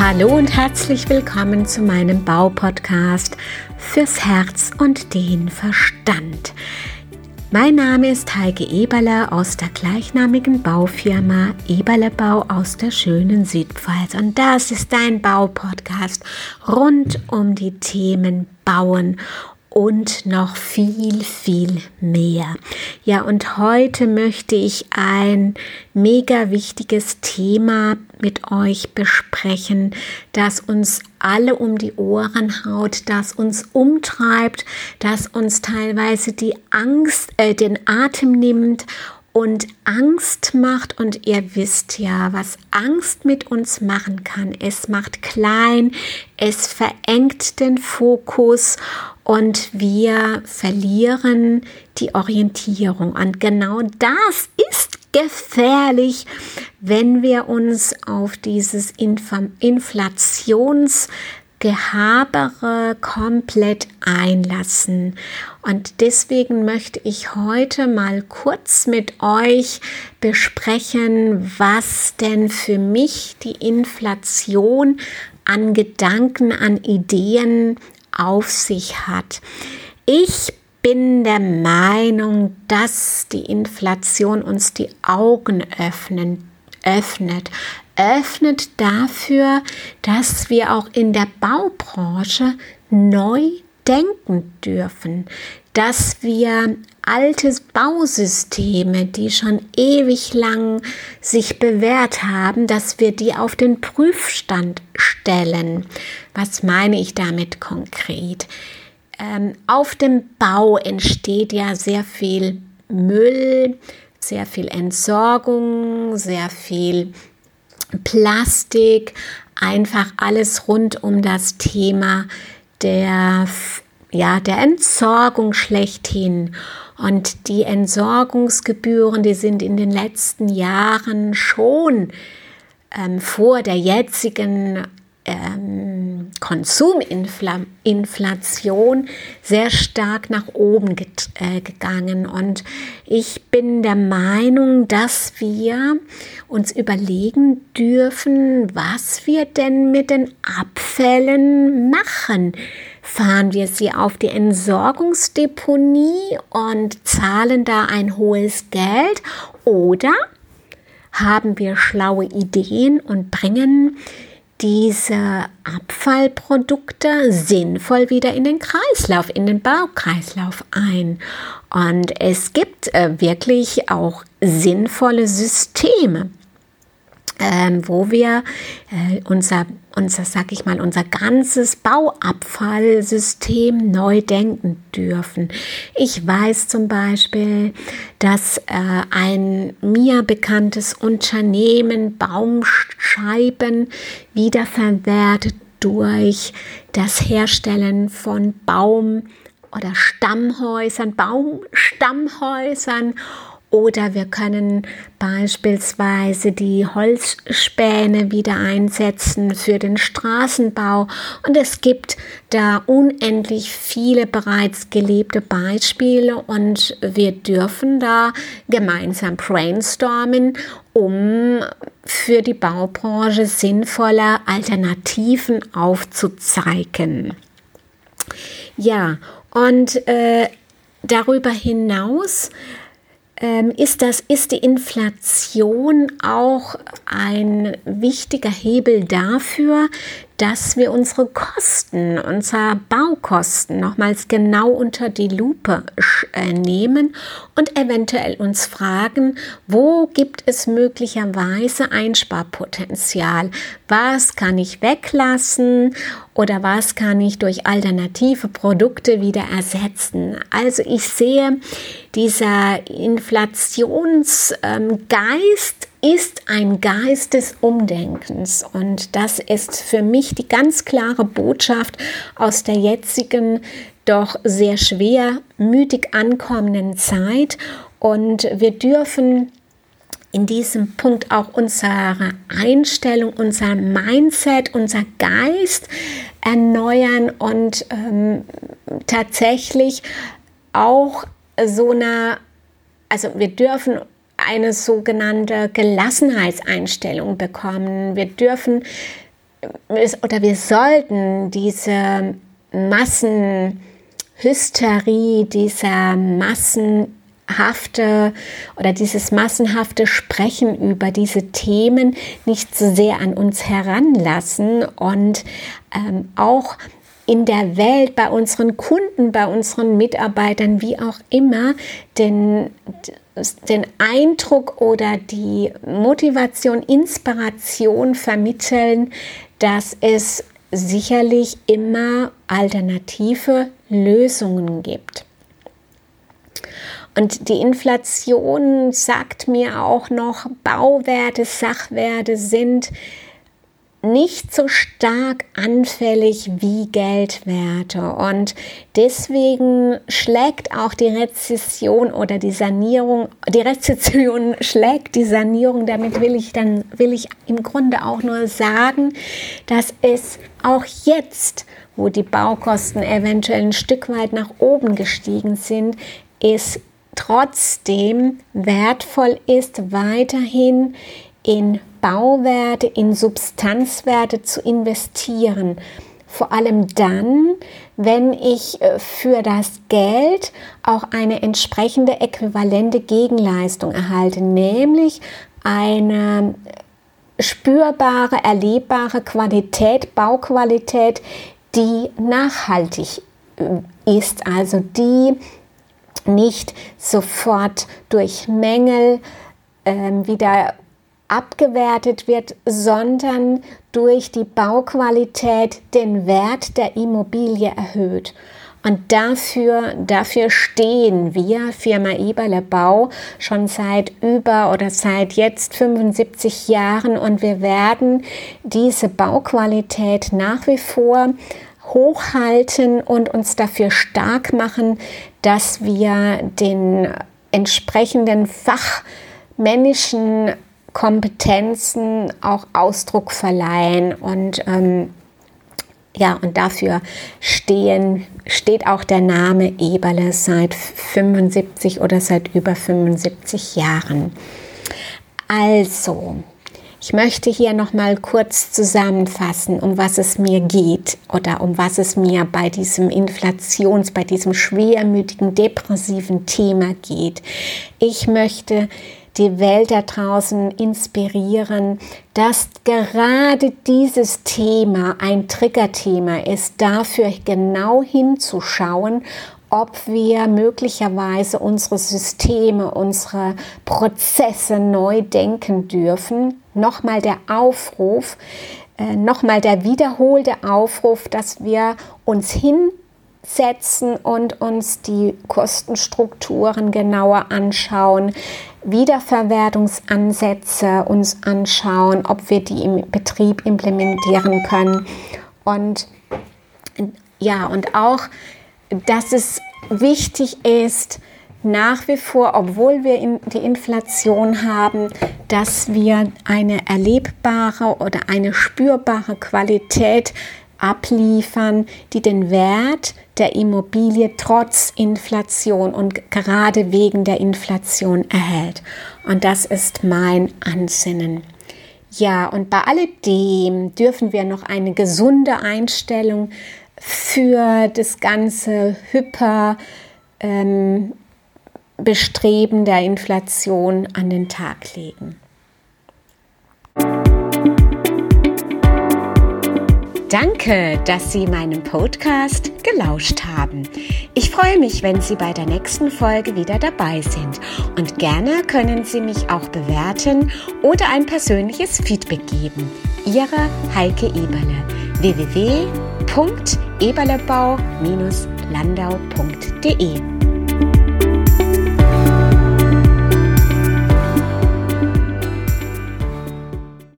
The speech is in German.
Hallo und herzlich willkommen zu meinem Baupodcast fürs Herz und den Verstand. Mein Name ist Heike Eberle aus der gleichnamigen Baufirma Eberle Bau aus der schönen Südpfalz. Und das ist ein Baupodcast rund um die Themen Bauen und noch viel, viel mehr. Ja, und heute möchte ich ein mega wichtiges Thema mit euch besprechen, das uns alle um die Ohren haut, das uns umtreibt, das uns teilweise die Angst, den Atem nimmt und Angst macht. Und ihr wisst ja, was Angst mit uns machen kann. Es macht klein, es verengt den Fokus und wir verlieren die Orientierung. Und genau das ist gefährlich, wenn wir uns auf dieses Inflationsgehabere komplett einlassen. Und deswegen möchte ich heute mal kurz mit euch besprechen, was denn für mich die Inflation an Gedanken, an Ideen auf sich hat. Ich bin der Meinung, dass die Inflation uns die Augen öffnet dafür, dass wir auch in der Baubranche neu denken dürfen, dass wir alte Bausysteme, die schon ewig lang sich bewährt haben, dass wir die auf den Prüfstand stellen. Was meine ich damit konkret? Auf dem Bau entsteht ja sehr viel Müll, sehr viel Entsorgung, sehr viel Plastik, einfach alles rund um das Thema der Entsorgung schlechthin. Und die Entsorgungsgebühren, die sind in den letzten Jahren schon vor der jetzigen Konsuminflation sehr stark nach oben gegangen. Und ich bin der Meinung, dass wir uns überlegen dürfen, was wir denn mit den Abfällen machen. Fahren wir sie auf die Entsorgungsdeponie und zahlen da ein hohes Geld, oder haben wir schlaue Ideen und bringen diese Abfallprodukte sinnvoll wieder in den Kreislauf, in den Baukreislauf ein. Und es gibt wirklich auch sinnvolle Systeme, wo wir unser ganzes Bauabfallsystem neu denken dürfen. Ich weiß zum Beispiel, dass ein mir bekanntes Unternehmen Baumscheiben wiederverwertet durch das Herstellen von Baumstammhäusern. Oder wir können beispielsweise die Holzspäne wieder einsetzen für den Straßenbau. Und es gibt da unendlich viele bereits gelebte Beispiele. Und wir dürfen da gemeinsam brainstormen, um für die Baubranche sinnvolle Alternativen aufzuzeigen. Ja, und darüber hinaus ist die Inflation auch ein wichtiger Hebel dafür, dass wir unsere Baukosten nochmals genau unter die Lupe nehmen und eventuell uns fragen, wo gibt es möglicherweise Einsparpotenzial? Was kann ich weglassen oder was kann ich durch alternative Produkte wieder ersetzen? Also ich sehe, dieser Inflationsgeist ist ein Geist des Umdenkens, und das ist für mich die ganz klare Botschaft aus der jetzigen, doch sehr schwermütig ankommenden Zeit. Und wir dürfen in diesem Punkt auch unsere Einstellung, unser Mindset, unser Geist erneuern und tatsächlich auch wir dürfen eine sogenannte Gelassenheitseinstellung bekommen. Wir dürfen wir sollten diese Massenhysterie, dieses massenhafte Sprechen über diese Themen nicht so sehr an uns heranlassen und auch in der Welt, bei unseren Kunden, bei unseren Mitarbeitern, wie auch immer, den Eindruck oder die Motivation, Inspiration vermitteln, dass es sicherlich immer alternative Lösungen gibt. Und die Inflation sagt mir auch noch, Bauwerte, Sachwerte sind nicht so stark anfällig wie Geldwerte. Und deswegen schlägt auch die Rezession oder die Sanierung, die Rezession schlägt die Sanierung. Damit will ich im Grunde auch nur sagen, dass es auch jetzt, wo die Baukosten eventuell ein Stück weit nach oben gestiegen sind, es trotzdem wertvoll ist, weiterhin in Bauwerte, in Substanzwerte zu investieren. Vor allem dann, wenn ich für das Geld auch eine entsprechende äquivalente Gegenleistung erhalte, nämlich eine spürbare, erlebbare Qualität, Bauqualität, die nachhaltig ist, also die nicht sofort durch Mängel wieder abgewertet wird, sondern durch die Bauqualität den Wert der Immobilie erhöht. Und dafür stehen wir, Firma Eberle Bau, schon seit jetzt 75 Jahren, und wir werden diese Bauqualität nach wie vor hochhalten und uns dafür stark machen, dass wir den entsprechenden fachmännischen Kompetenzen auch Ausdruck verleihen. Und und dafür steht auch der Name Eberle seit 75 oder seit über 75 Jahren. Also, ich möchte hier noch mal kurz zusammenfassen, um was es mir geht oder um was es mir bei diesem bei diesem schwermütigen, depressiven Thema geht. Ich möchte die Welt da draußen inspirieren, dass gerade dieses Thema ein Triggerthema ist, dafür genau hinzuschauen, ob wir möglicherweise unsere Systeme, unsere Prozesse neu denken dürfen. Nochmal der wiederholte Aufruf, dass wir uns hinsetzen und uns die Kostenstrukturen genauer anschauen, Wiederverwertungsansätze uns anschauen, ob wir die im Betrieb implementieren können. Und auch, dass es wichtig ist, nach wie vor, obwohl wir die Inflation haben, dass wir eine erlebbare oder eine spürbare Qualität abliefern, die den Wert der Immobilie trotz Inflation und gerade wegen der Inflation erhält. Und das ist mein Ansinnen. Ja, und bei alledem dürfen wir noch eine gesunde Einstellung für das ganze Bestreben der Inflation an den Tag legen. Danke, dass Sie meinem Podcast gelauscht haben. Ich freue mich, wenn Sie bei der nächsten Folge wieder dabei sind. Und gerne können Sie mich auch bewerten oder ein persönliches Feedback geben. Ihre Heike Eberle. www.eberlebau-landau.de